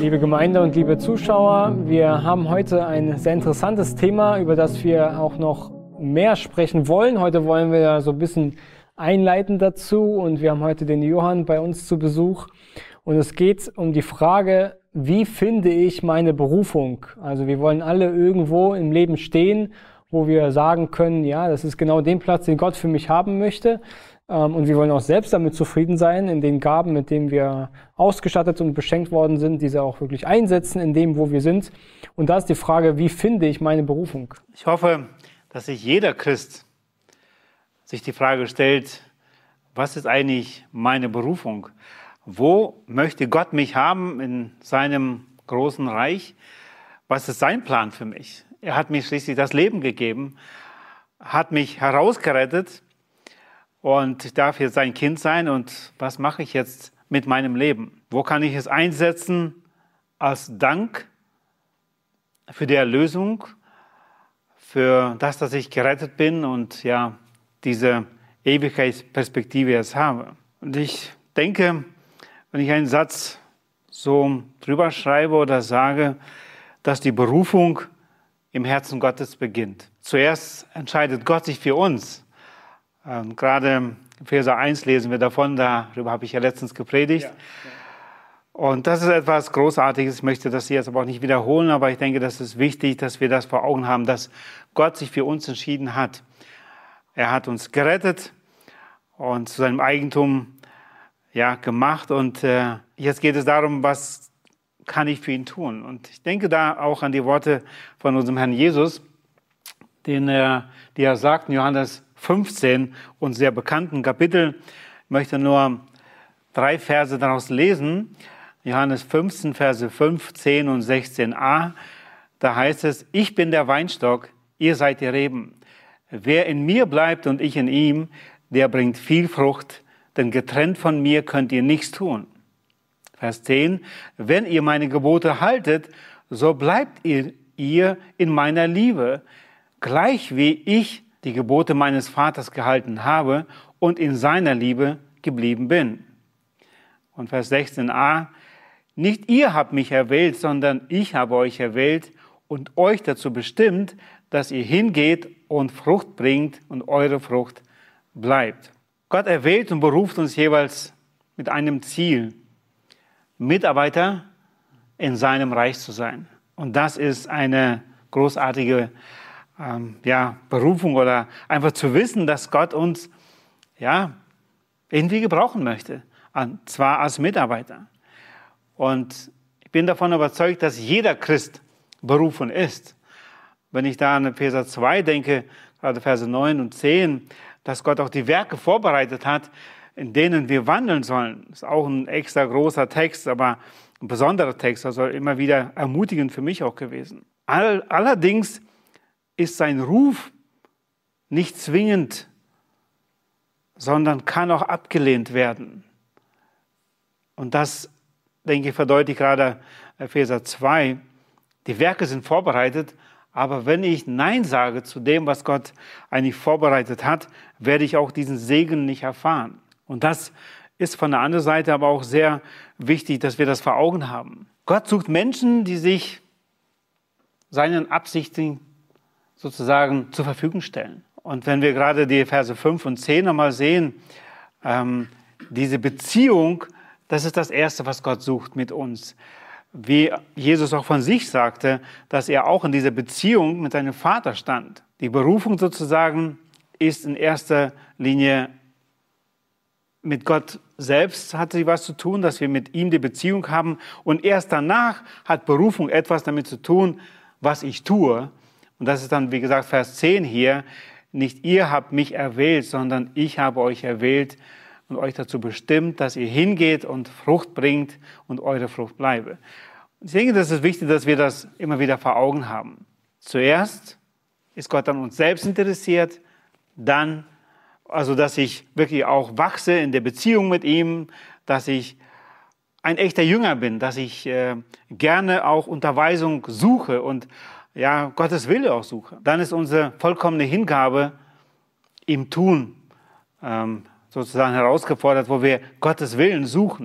Liebe Gemeinde und liebe Zuschauer, wir haben heute ein sehr interessantes Thema, über das wir auch noch mehr sprechen wollen. Heute wollen wir so ein bisschen einleiten dazu und wir haben heute den Johann bei uns zu Besuch. Und es geht um die Frage, wie finde ich meine Berufung? Also wir wollen alle irgendwo im Leben stehen, wo wir sagen können, ja, das ist genau den Platz, den Gott für mich haben möchte. Und wir wollen auch selbst damit zufrieden sein, in den Gaben, mit denen wir ausgestattet und beschenkt worden sind, diese auch wirklich einsetzen in dem, wo wir sind. Und da ist die Frage, wie finde ich meine Berufung? Ich hoffe, dass sich jeder Christ sich die Frage stellt, was ist eigentlich meine Berufung? Wo möchte Gott mich haben in seinem großen Reich? Was ist sein Plan für mich? Er hat mir schließlich das Leben gegeben, hat mich herausgerettet und ich darf jetzt sein Kind sein. Und was mache ich jetzt mit meinem Leben? Wo kann ich es einsetzen als Dank für die Erlösung, für das, dass ich gerettet bin und ja, diese Ewigkeitsperspektive jetzt habe? Und ich denke, wenn ich einen Satz so drüber schreibe oder sage, dass die Berufung im Herzen Gottes beginnt. Zuerst entscheidet Gott sich für uns. Gerade in Verse 1 lesen wir davon, darüber habe ich ja letztens gepredigt. Ja. Und das ist etwas Großartiges. Ich möchte das hier jetzt aber auch nicht wiederholen, aber ich denke, das ist wichtig, dass wir das vor Augen haben, dass Gott sich für uns entschieden hat. Er hat uns gerettet und zu seinem Eigentum gemacht. Und jetzt geht es darum, was kann ich für ihn tun? Und ich denke da auch an die Worte von unserem Herrn Jesus, die er sagt in Johannes 15, und sehr bekannten Kapitel. Ich möchte nur 3 Verse daraus lesen. Johannes 15, Verse 15 und 16a. Da heißt es, ich bin der Weinstock, ihr seid die Reben. Wer in mir bleibt und ich in ihm, der bringt viel Frucht, denn getrennt von mir könnt ihr nichts tun. Vers 10, wenn ihr meine Gebote haltet, so bleibt ihr in meiner Liebe, gleich wie ich die Gebote meines Vaters gehalten habe und in seiner Liebe geblieben bin. Und Vers 16a, nicht ihr habt mich erwählt, sondern ich habe euch erwählt und euch dazu bestimmt, dass ihr hingeht und Frucht bringt und eure Frucht bleibt. Gott erwählt und beruft uns jeweils mit einem Ziel, Mitarbeiter in seinem Reich zu sein. Und das ist eine großartige Berufung oder einfach zu wissen, dass Gott uns irgendwie gebrauchen möchte, und zwar als Mitarbeiter. Und ich bin davon überzeugt, dass jeder Christ berufen ist. Wenn ich da an Epheser 2 denke, gerade Verse 9 und 10, dass Gott auch die Werke vorbereitet hat, in denen wir wandeln sollen. Das ist auch ein extra großer Text, aber ein besonderer Text, also immer wieder ermutigend für mich auch gewesen. Allerdings ist sein Ruf nicht zwingend, sondern kann auch abgelehnt werden. Und das, denke ich, verdeutlicht gerade Epheser 2. Die Werke sind vorbereitet, aber wenn ich Nein sage zu dem, was Gott eigentlich vorbereitet hat, werde ich auch diesen Segen nicht erfahren. Und das ist von der anderen Seite aber auch sehr wichtig, dass wir das vor Augen haben. Gott sucht Menschen, die sich seinen Absichten sozusagen zur Verfügung stellen. Und wenn wir gerade die Verse 5 und 10 nochmal sehen, diese Beziehung, das ist das Erste, was Gott sucht mit uns. Wie Jesus auch von sich sagte, dass er auch in dieser Beziehung mit seinem Vater stand. Die Berufung sozusagen ist in erster Linie mit Gott selbst hat sie was zu tun, dass wir mit ihm die Beziehung haben. Und erst danach hat Berufung etwas damit zu tun, was ich tue. Und das ist dann, wie gesagt, Vers 10 hier. Nicht ihr habt mich erwählt, sondern ich habe euch erwählt und euch dazu bestimmt, dass ihr hingeht und Frucht bringt und eure Frucht bleibe. Und ich denke, das ist wichtig, dass wir das immer wieder vor Augen haben. Zuerst ist Gott an uns selbst interessiert, dann, also dass ich wirklich auch wachse in der Beziehung mit ihm, dass ich ein echter Jünger bin, dass ich gerne auch Unterweisung suche und Gottes Wille auch suche. Dann ist unsere vollkommene Hingabe im Tun sozusagen herausgefordert, wo wir Gottes Willen suchen.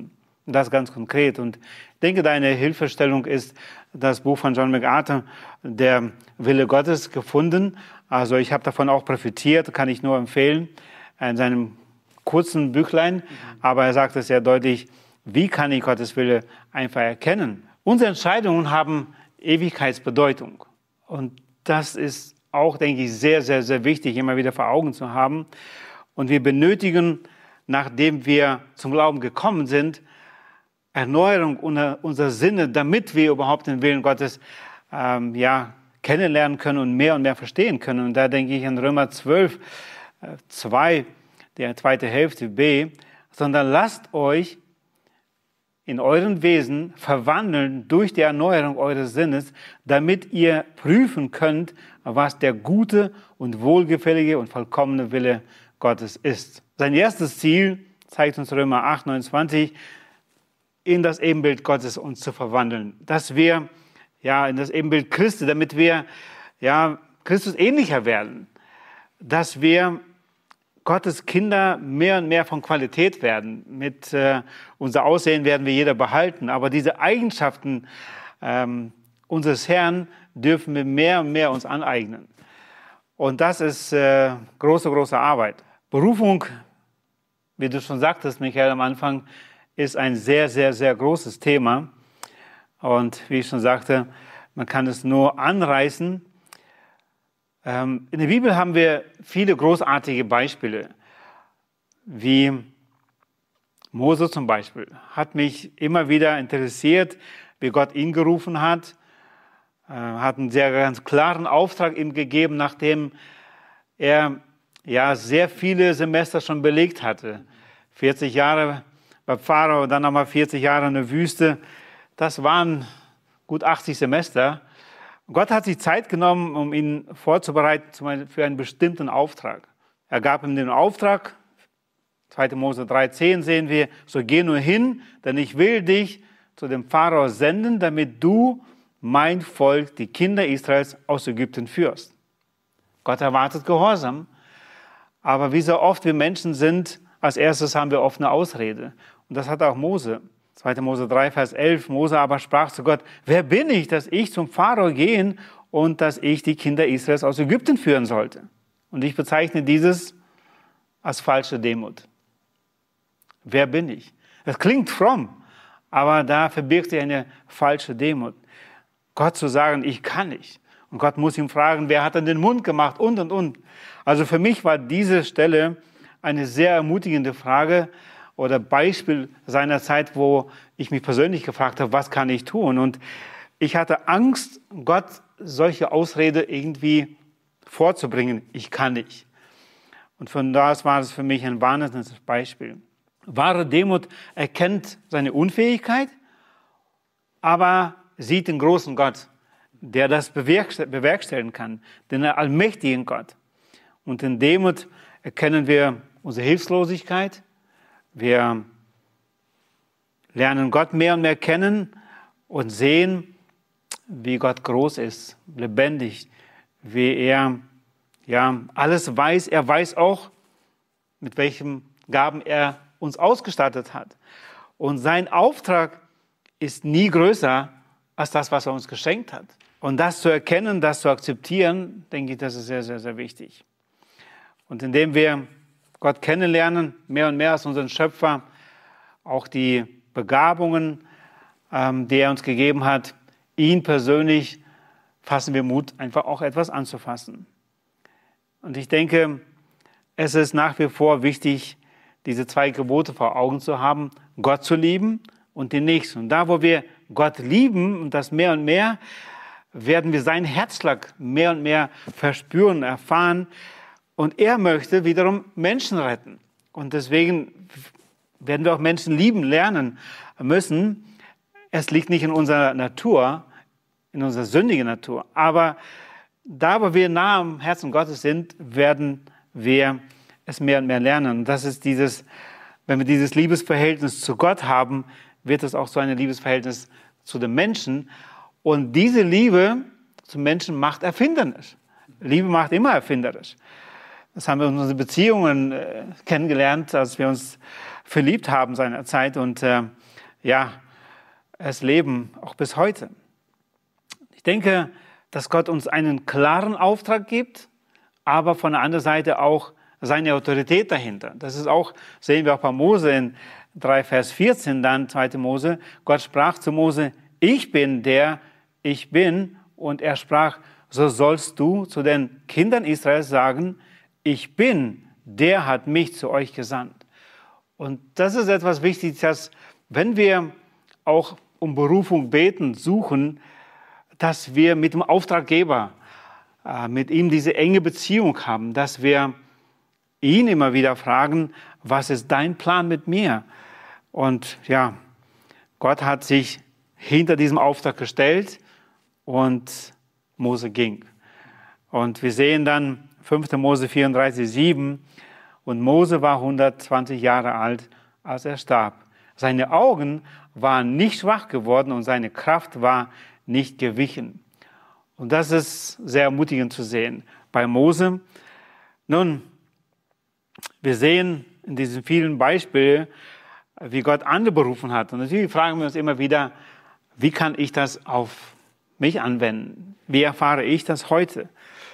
Das ganz konkret. Und ich denke, deine Hilfestellung ist das Buch von John MacArthur, Der Wille Gottes, gefunden. Also ich habe davon auch profitiert, kann ich nur empfehlen, in seinem kurzen Büchlein. Aber er sagt es sehr deutlich, wie kann ich Gottes Wille einfach erkennen? Unsere Entscheidungen haben Ewigkeitsbedeutung. Und das ist auch, denke ich, sehr, sehr, sehr wichtig, immer wieder vor Augen zu haben. Und wir benötigen, nachdem wir zum Glauben gekommen sind, Erneuerung unserer Sinne, damit wir überhaupt den Willen Gottes kennenlernen können und mehr verstehen können. Und da denke ich an Römer 12, 2, der zweite Hälfte B, sondern lasst euch in euren Wesen verwandeln durch die Erneuerung eures Sinnes, damit ihr prüfen könnt, was der gute und wohlgefällige und vollkommene Wille Gottes ist. Sein erstes Ziel, zeigt uns Römer 8, 29, in das Ebenbild Gottes uns zu verwandeln. Dass wir in das Ebenbild Christi, damit wir Christus ähnlicher werden. Dass wir Gottes Kinder mehr und mehr von Qualität werden. Mit unser Aussehen werden wir jeder behalten. Aber diese Eigenschaften unseres Herrn dürfen wir mehr und mehr uns aneignen. Und das ist große, große Arbeit. Berufung, wie du schon sagtest, Michael, am Anfang, ist ein sehr, sehr, sehr großes Thema. Und wie ich schon sagte, man kann es nur anreißen. In der Bibel haben wir viele großartige Beispiele, wie Mose zum Beispiel. Hat mich immer wieder interessiert, wie Gott ihn gerufen hat. Hat einen sehr ganz klaren Auftrag ihm gegeben, nachdem er sehr viele Semester schon belegt hatte. 40 Jahre bei Pharao, dann nochmal 40 Jahre in der Wüste. Das waren gut 80 Semester. Gott hat sich Zeit genommen, um ihn vorzubereiten für einen bestimmten Auftrag. Er gab ihm den Auftrag, 2. Mose 3,10 sehen wir, so geh nur hin, denn ich will dich zu dem Pharao senden, damit du mein Volk, die Kinder Israels, aus Ägypten führst. Gott erwartet Gehorsam, aber wie so oft wir Menschen sind, als erstes haben wir oft eine Ausrede. Und das hat auch Mose. 2. Mose 3, Vers 11. Mose aber sprach zu Gott, wer bin ich, dass ich zum Pharao gehen und dass ich die Kinder Israels aus Ägypten führen sollte? Und ich bezeichne dieses als falsche Demut. Wer bin ich? Das klingt fromm, aber da verbirgt sich eine falsche Demut. Gott zu sagen, ich kann nicht. Und Gott muss ihn fragen, wer hat denn den Mund gemacht und. Also für mich war diese Stelle eine sehr ermutigende Frage oder Beispiel seiner Zeit, wo ich mich persönlich gefragt habe, was kann ich tun? Und ich hatte Angst, Gott solche Ausrede irgendwie vorzubringen. Ich kann nicht. Und von da aus war es für mich ein wahnsinniges Beispiel. Wahre Demut erkennt seine Unfähigkeit, aber sieht den großen Gott, der das bewerkstelligen kann, den allmächtigen Gott. Und in Demut erkennen wir unsere Hilflosigkeit. Wir lernen Gott mehr und mehr kennen und sehen, wie Gott groß ist, lebendig, wie er alles weiß. Er weiß auch, mit welchen Gaben er uns ausgestattet hat. Und sein Auftrag ist nie größer als das, was er uns geschenkt hat. Und das zu erkennen, das zu akzeptieren, denke ich, das ist sehr, sehr, sehr wichtig. Und indem wir Gott kennenlernen, mehr und mehr als unseren Schöpfer, auch die Begabungen, die er uns gegeben hat, ihn persönlich, fassen wir Mut, einfach auch etwas anzufassen. Und ich denke, es ist nach wie vor wichtig, diese 2 Gebote vor Augen zu haben, Gott zu lieben und den Nächsten. Und da, wo wir Gott lieben und das mehr und mehr, werden wir seinen Herzschlag mehr und mehr verspüren, erfahren. Und er möchte wiederum Menschen retten. Und deswegen werden wir auch Menschen lieben lernen müssen. Es liegt nicht in unserer Natur, in unserer sündigen Natur. Aber da, wo wir nah am Herzen Gottes sind, werden wir es mehr und mehr lernen. Und das ist wenn wir dieses Liebesverhältnis zu Gott haben, wird es auch so ein Liebesverhältnis zu den Menschen. Und diese Liebe zum Menschen macht erfinderisch. Liebe macht immer erfinderisch. Das haben wir in unseren Beziehungen kennengelernt, als wir uns verliebt haben seinerzeit. Und es leben, auch bis heute. Ich denke, dass Gott uns einen klaren Auftrag gibt, aber von der anderen Seite auch seine Autorität dahinter. Das ist auch, sehen wir auch bei Mose in 3, Vers 14, dann 2. Mose. Gott sprach zu Mose, ich bin der ich bin. Und er sprach, so sollst du zu den Kindern Israels sagen, ich bin, der hat mich zu euch gesandt. Und das ist etwas Wichtiges, dass wenn wir auch um Berufung beten, suchen, dass wir mit dem Auftraggeber, mit ihm diese enge Beziehung haben, dass wir ihn immer wieder fragen, was ist dein Plan mit mir? Und Gott hat sich hinter diesem Auftrag gestellt und Mose ging. Und wir sehen dann 5. Mose 34, 7, und Mose war 120 Jahre alt, als er starb. Seine Augen waren nicht schwach geworden und seine Kraft war nicht gewichen. Und das ist sehr ermutigend zu sehen bei Mose. Nun, wir sehen in diesen vielen Beispielen, wie Gott andere berufen hat. Und natürlich fragen wir uns immer wieder, wie kann ich das auf mich anwenden? Wie erfahre ich das heute?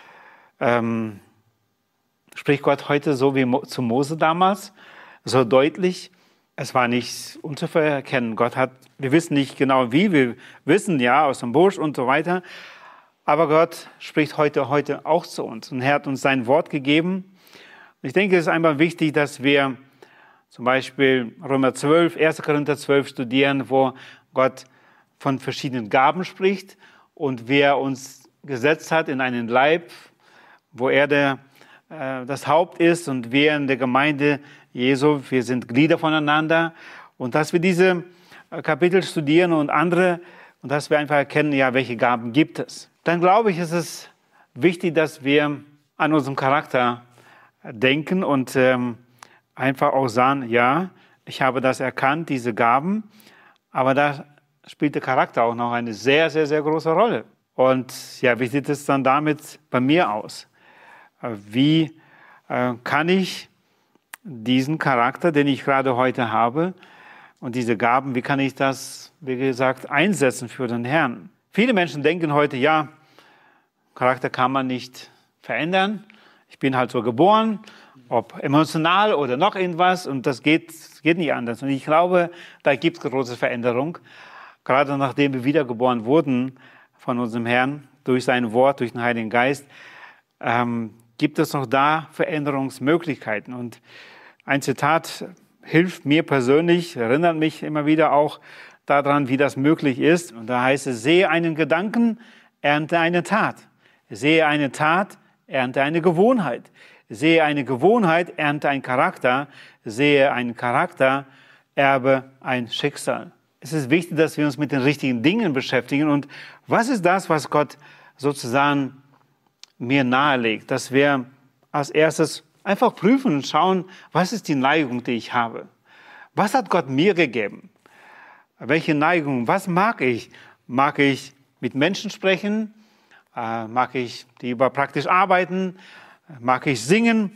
Spricht Gott heute so wie zu Mose damals, so deutlich? Es war nicht unzuerkennen. Wir wissen nicht genau wie, wir wissen aus dem Busch und so weiter. Aber Gott spricht heute auch zu uns. Und er hat uns sein Wort gegeben. Ich denke, es ist einfach wichtig, dass wir zum Beispiel Römer 12, 1. Korinther 12 studieren, wo Gott von verschiedenen Gaben spricht und wer uns gesetzt hat in einen Leib, wo er das Haupt ist und wir in der Gemeinde Jesu, wir sind Glieder voneinander. Und dass wir diese Kapitel studieren und andere und dass wir einfach erkennen, welche Gaben gibt es. Dann glaube ich, ist es wichtig, dass wir an unserem Charakter denken und einfach auch sagen, ich habe das erkannt, diese Gaben, aber da spielt der Charakter auch noch eine sehr, sehr, sehr große Rolle. Und wie sieht es dann damit bei mir aus? Wie kann ich diesen Charakter, den ich gerade heute habe, und diese Gaben, wie kann ich das, wie gesagt, einsetzen für den Herrn? Viele Menschen denken heute, Charakter kann man nicht verändern. Ich bin halt so geboren, ob emotional oder noch irgendwas, und das geht nicht anders. Und ich glaube, da gibt es große Veränderung. Gerade nachdem wir wiedergeboren wurden von unserem Herrn, durch sein Wort, durch den Heiligen Geist, gibt es noch da Veränderungsmöglichkeiten. Und ein Zitat hilft mir persönlich, erinnert mich immer wieder auch daran, wie das möglich ist. Und da heißt es, sehe einen Gedanken, ernte eine Tat. Sehe eine Tat, ernte eine Gewohnheit. Sehe eine Gewohnheit, ernte ein Charakter. Sehe einen Charakter, erbe ein Schicksal. Es ist wichtig, dass wir uns mit den richtigen Dingen beschäftigen. Und was ist das, was Gott sozusagen mir nahelegt? Dass wir als erstes einfach prüfen und schauen, was ist die Neigung, die ich habe? Was hat Gott mir gegeben? Welche Neigung? Was mag ich? Mag ich mit Menschen sprechen? Mag ich die praktisch arbeiten? Mag ich singen?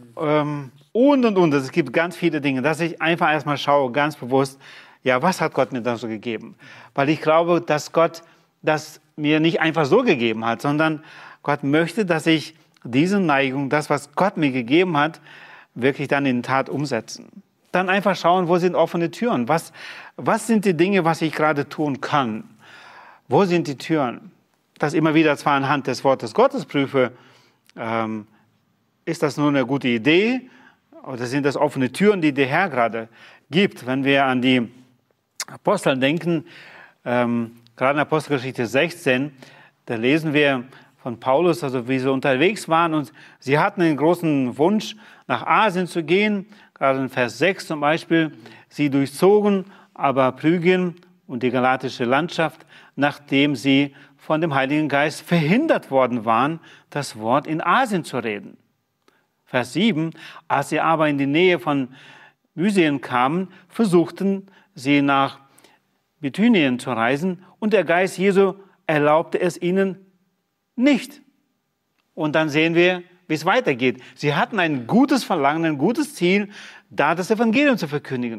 Und. Es gibt ganz viele Dinge, dass ich einfach erstmal schaue, ganz bewusst, was hat Gott mir da so gegeben? Weil ich glaube, dass Gott das mir nicht einfach so gegeben hat, sondern Gott möchte, dass ich diese Neigung, das, was Gott mir gegeben hat, wirklich dann in Tat umsetzen. Dann einfach schauen, wo sind offene Türen? Was sind die Dinge, was ich gerade tun kann? Wo sind die Türen? Das immer wieder zwar anhand des Wortes Gottes prüfe, ist das nur eine gute Idee oder sind das offene Türen, die der Herr gerade gibt? Wenn wir an die Apostel denken, gerade in Apostelgeschichte 16, da lesen wir von Paulus, also wie sie unterwegs waren und sie hatten einen großen Wunsch, nach Asien zu gehen, gerade in Vers 6 zum Beispiel, sie durchzogen aber Phrygien und die galatische Landschaft, nachdem sie von dem Heiligen Geist verhindert worden waren, das Wort in Asien zu reden. Vers 7, als sie aber in die Nähe von Mysien kamen, versuchten sie nach Bithynien zu reisen und der Geist Jesu erlaubte es ihnen nicht. Und dann sehen wir, wie es weitergeht. Sie hatten ein gutes Verlangen, ein gutes Ziel, da das Evangelium zu verkündigen.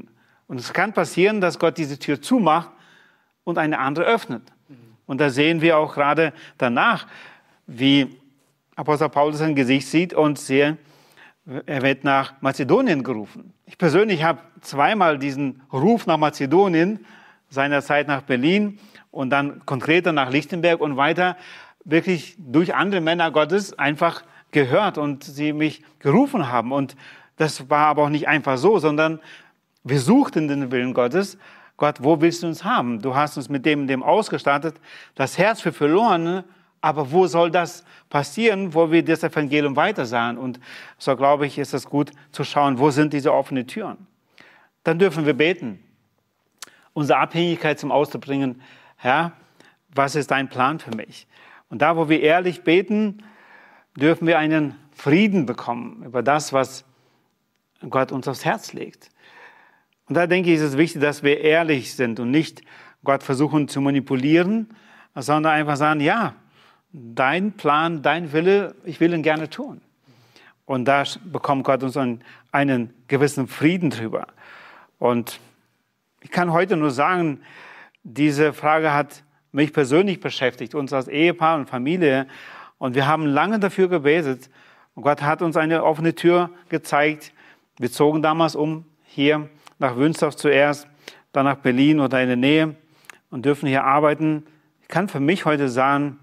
Und es kann passieren, dass Gott diese Tür zumacht und eine andere öffnet. Und da sehen wir auch gerade danach, wie Apostel Paulus sein Gesicht sieht und er wird nach Mazedonien gerufen. Ich persönlich habe zweimal diesen Ruf nach Mazedonien, seinerzeit nach Berlin und dann konkreter nach Lichtenberg und weiter, wirklich durch andere Männer Gottes einfach gehört und sie mich gerufen haben. Und das war aber auch nicht einfach so, sondern wir suchten den Willen Gottes. Gott, wo willst du uns haben? Du hast uns mit dem ausgestattet, das Herz für Verlorene, aber wo soll das passieren, wo wir das Evangelium weitersagen? Und so glaube ich, ist es gut zu schauen, wo sind diese offenen Türen? Dann dürfen wir beten, unsere Abhängigkeit zum Ausdruck bringen. Herr, was ist dein Plan für mich? Und da, wo wir ehrlich beten, dürfen wir einen Frieden bekommen über das, was Gott uns aufs Herz legt. Und da denke ich, ist es wichtig, dass wir ehrlich sind und nicht Gott versuchen zu manipulieren, sondern einfach sagen, ja, dein Plan, dein Wille, ich will ihn gerne tun. Und da bekommt Gott uns einen gewissen Frieden drüber. Und ich kann heute nur sagen, diese Frage hat mich persönlich beschäftigt, uns als Ehepaar und Familie. Und wir haben lange dafür gebetet. Und Gott hat uns eine offene Tür gezeigt. Wir zogen damals hier nach Wünsdorf zuerst, dann nach Berlin oder in der Nähe und dürfen hier arbeiten. Ich kann für mich heute sagen,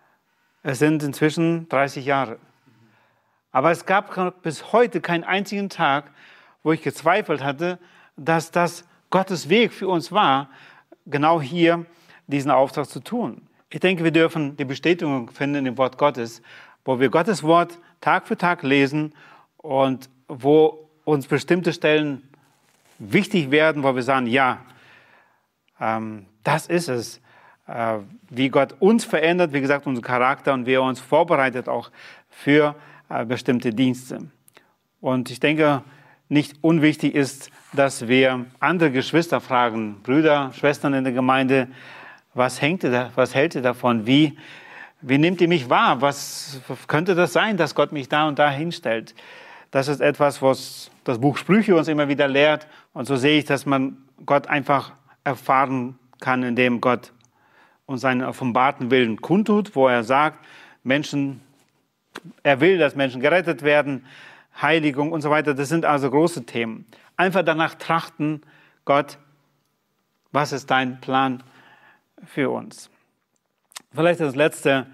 es sind inzwischen 30 Jahre. Aber es gab bis heute keinen einzigen Tag, wo ich gezweifelt hatte, dass das Gottes Weg für uns war, genau hier diesen Auftrag zu tun. Ich denke, wir dürfen die Bestätigung finden im Wort Gottes, wo wir Gottes Wort Tag für Tag lesen und wo uns bestimmte Stellen wichtig werden, wo wir sagen, ja, das ist es, wie Gott uns verändert, wie gesagt, unseren Charakter und wie er uns vorbereitet auch für bestimmte Dienste. Und ich denke, nicht unwichtig ist, dass wir andere Geschwister fragen, Brüder, Schwestern in der Gemeinde, was hält ihr davon? Wie nehmt ihr mich wahr? Was könnte das sein, dass Gott mich da und da hinstellt? Das ist etwas, was das Buch Sprüche uns immer wieder lehrt. Und so sehe ich, dass man Gott einfach erfahren kann, indem Gott uns seinen offenbarten Willen kundtut, wo er sagt, er will, dass Menschen gerettet werden, Heiligung und so weiter. Das sind also große Themen. Einfach danach trachten, Gott, was ist dein Plan für uns? Vielleicht das Letzte,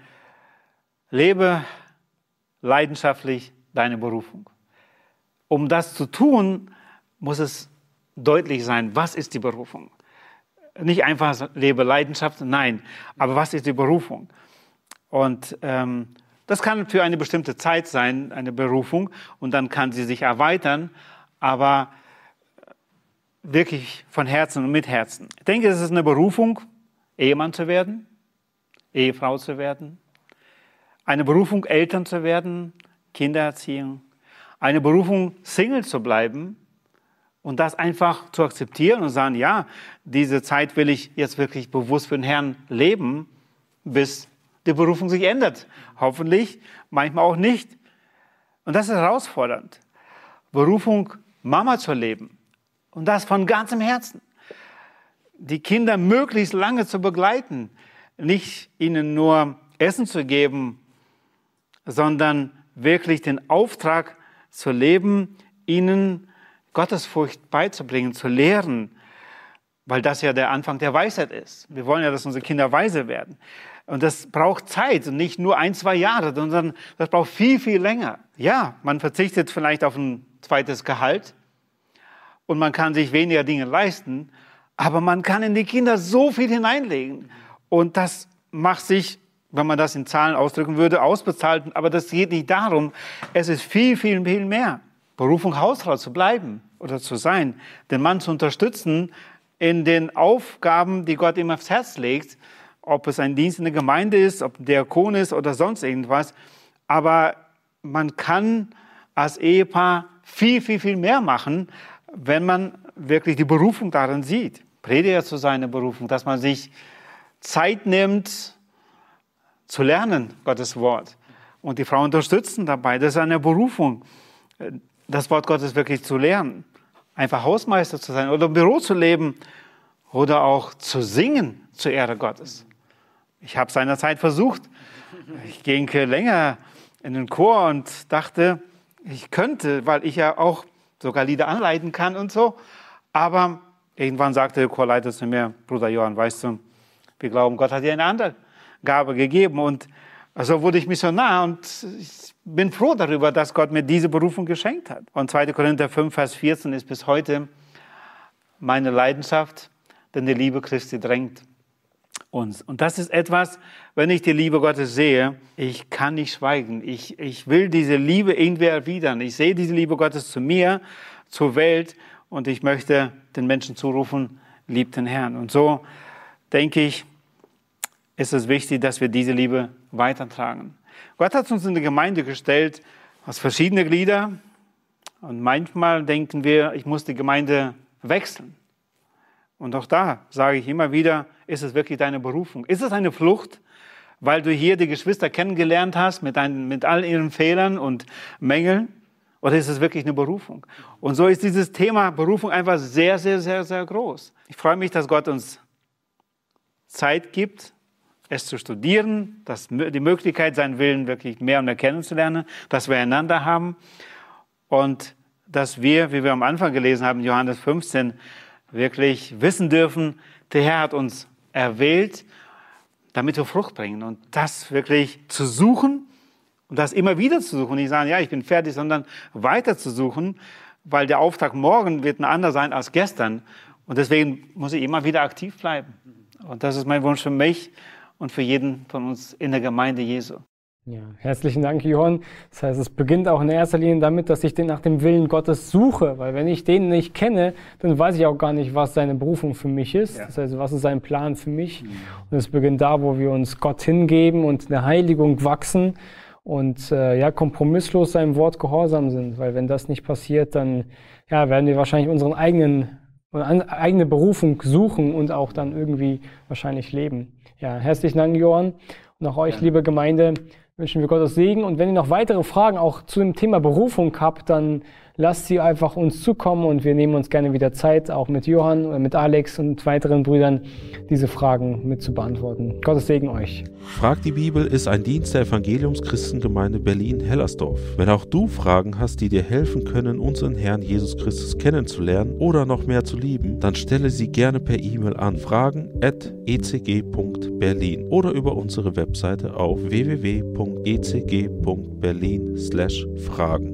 lebe leidenschaftlich deine Berufung. Um das zu tun, muss es deutlich sein, was ist die Berufung? Nicht einfach lebe Leidenschaft, nein, aber was ist die Berufung? Und das kann für eine bestimmte Zeit sein, eine Berufung, und dann kann sie sich erweitern, aber wirklich von Herzen und mit Herzen. Ich denke, es ist eine Berufung, Ehemann zu werden, Ehefrau zu werden, eine Berufung, Eltern zu werden, Kindererziehung, eine Berufung, Single zu bleiben und das einfach zu akzeptieren und sagen, ja, diese Zeit will ich jetzt wirklich bewusst für den Herrn leben, bis die Berufung sich ändert. Hoffentlich, manchmal auch nicht. Und das ist herausfordernd. Berufung, Mama zu leben. Und das von ganzem Herzen. Die Kinder möglichst lange zu begleiten. Nicht ihnen nur Essen zu geben, sondern wirklich den Auftrag zu leben, ihnen Gottesfurcht beizubringen, zu lehren. Weil das ja der Anfang der Weisheit ist. Wir wollen ja, dass unsere Kinder weise werden. Und das braucht Zeit und nicht nur 1, 2 Jahre, sondern das braucht viel, viel länger. Ja, man verzichtet vielleicht auf ein zweites Gehalt und man kann sich weniger Dinge leisten, aber man kann in die Kinder so viel hineinlegen. Und das macht sich, wenn man das in Zahlen ausdrücken würde, ausbezahlt. Aber das geht nicht darum. Es ist viel, viel, viel mehr. Berufung, Hausfrau zu bleiben oder zu sein, den Mann zu unterstützen in den Aufgaben, die Gott ihm aufs Herz legt, ob es ein Dienst in der Gemeinde ist, ob Diakon ist oder sonst irgendwas. Aber man kann als Ehepaar viel, viel, viel mehr machen, wenn man wirklich die Berufung darin sieht. Prediger zu sein, eine Berufung, dass man sich Zeit nimmt, zu lernen, Gottes Wort. Und die Frau unterstützen dabei. Das ist eine Berufung, das Wort Gottes wirklich zu lernen. einfach Hausmeister zu sein oder im Büro zu leben oder auch zu singen zur Ehre Gottes. Ich habe seinerzeit versucht. Ich ging länger in den Chor und dachte, ich könnte, weil ich ja auch sogar Lieder anleiten kann und so. Aber irgendwann sagte der Chorleiter zu mir, Bruder Johann, weißt du, wir glauben, Gott hat dir eine andere Gabe gegeben. Und so wurde ich Missionar und ich bin froh darüber, dass Gott mir diese Berufung geschenkt hat. Und 2. Korinther 5, Vers 14 ist bis heute meine Leidenschaft, denn die Liebe Christi drängt uns. Und das ist etwas, wenn ich die Liebe Gottes sehe, ich kann nicht schweigen. Ich will diese Liebe irgendwie erwidern. Ich sehe diese Liebe Gottes zu mir, zur Welt und ich möchte den Menschen zurufen, liebt den Herrn. Und so denke ich, ist es wichtig, dass wir diese Liebe weitertragen. Gott hat uns in die Gemeinde gestellt aus verschiedenen Gliedern und manchmal denken wir, ich muss die Gemeinde wechseln. Und auch da sage ich immer wieder, ist es wirklich deine Berufung? Ist es eine Flucht, weil du hier die Geschwister kennengelernt hast mit all ihren Fehlern und Mängeln? Oder ist es wirklich eine Berufung? Und so ist dieses Thema Berufung einfach sehr, sehr, sehr, sehr groß. Ich freue mich, dass Gott uns Zeit gibt, es zu studieren, dass die Möglichkeit, seinen Willen wirklich mehr und mehr kennenzulernen, dass wir einander haben und dass wir, wie wir am Anfang gelesen haben, Johannes 15, wirklich wissen dürfen, der Herr hat uns erwählt, damit wir Frucht bringen. Und das wirklich zu suchen und das immer wieder zu suchen. Nicht sagen, ja, ich bin fertig, sondern weiter zu suchen, weil der Auftrag morgen wird ein anderer sein als gestern. Und deswegen muss ich immer wieder aktiv bleiben. Und das ist mein Wunsch für mich und für jeden von uns in der Gemeinde Jesu. Ja, herzlichen Dank, Johann. Das heißt, es beginnt auch in erster Linie damit, dass ich nach dem Willen Gottes suche, weil wenn ich den nicht kenne, dann weiß ich auch gar nicht, was seine Berufung für mich ist. Ja. Das heißt, was ist sein Plan für mich? Und es beginnt da, wo wir uns Gott hingeben und in der Heiligung wachsen und kompromisslos seinem Wort gehorsam sind, weil wenn das nicht passiert, dann werden wir wahrscheinlich unsere eigene Berufung suchen und auch dann irgendwie wahrscheinlich leben. Ja, herzlichen Dank, Johann. Und auch euch, liebe Gemeinde, wünschen wir Gottes Segen. Und wenn ihr noch weitere Fragen auch zu dem Thema Berufung habt, dann lasst sie einfach uns zukommen und wir nehmen uns gerne wieder Zeit, auch mit Johann oder mit Alex und weiteren Brüdern, diese Fragen mit zu beantworten. Gottes Segen euch. Frag die Bibel ist ein Dienst der Evangeliumschristengemeinde Berlin-Hellersdorf. Wenn auch du Fragen hast, die dir helfen können, unseren Herrn Jesus Christus kennenzulernen oder noch mehr zu lieben, dann stelle sie gerne per E-Mail an fragen@ecg.berlin oder über unsere Webseite auf www.ecg.berlin/fragen.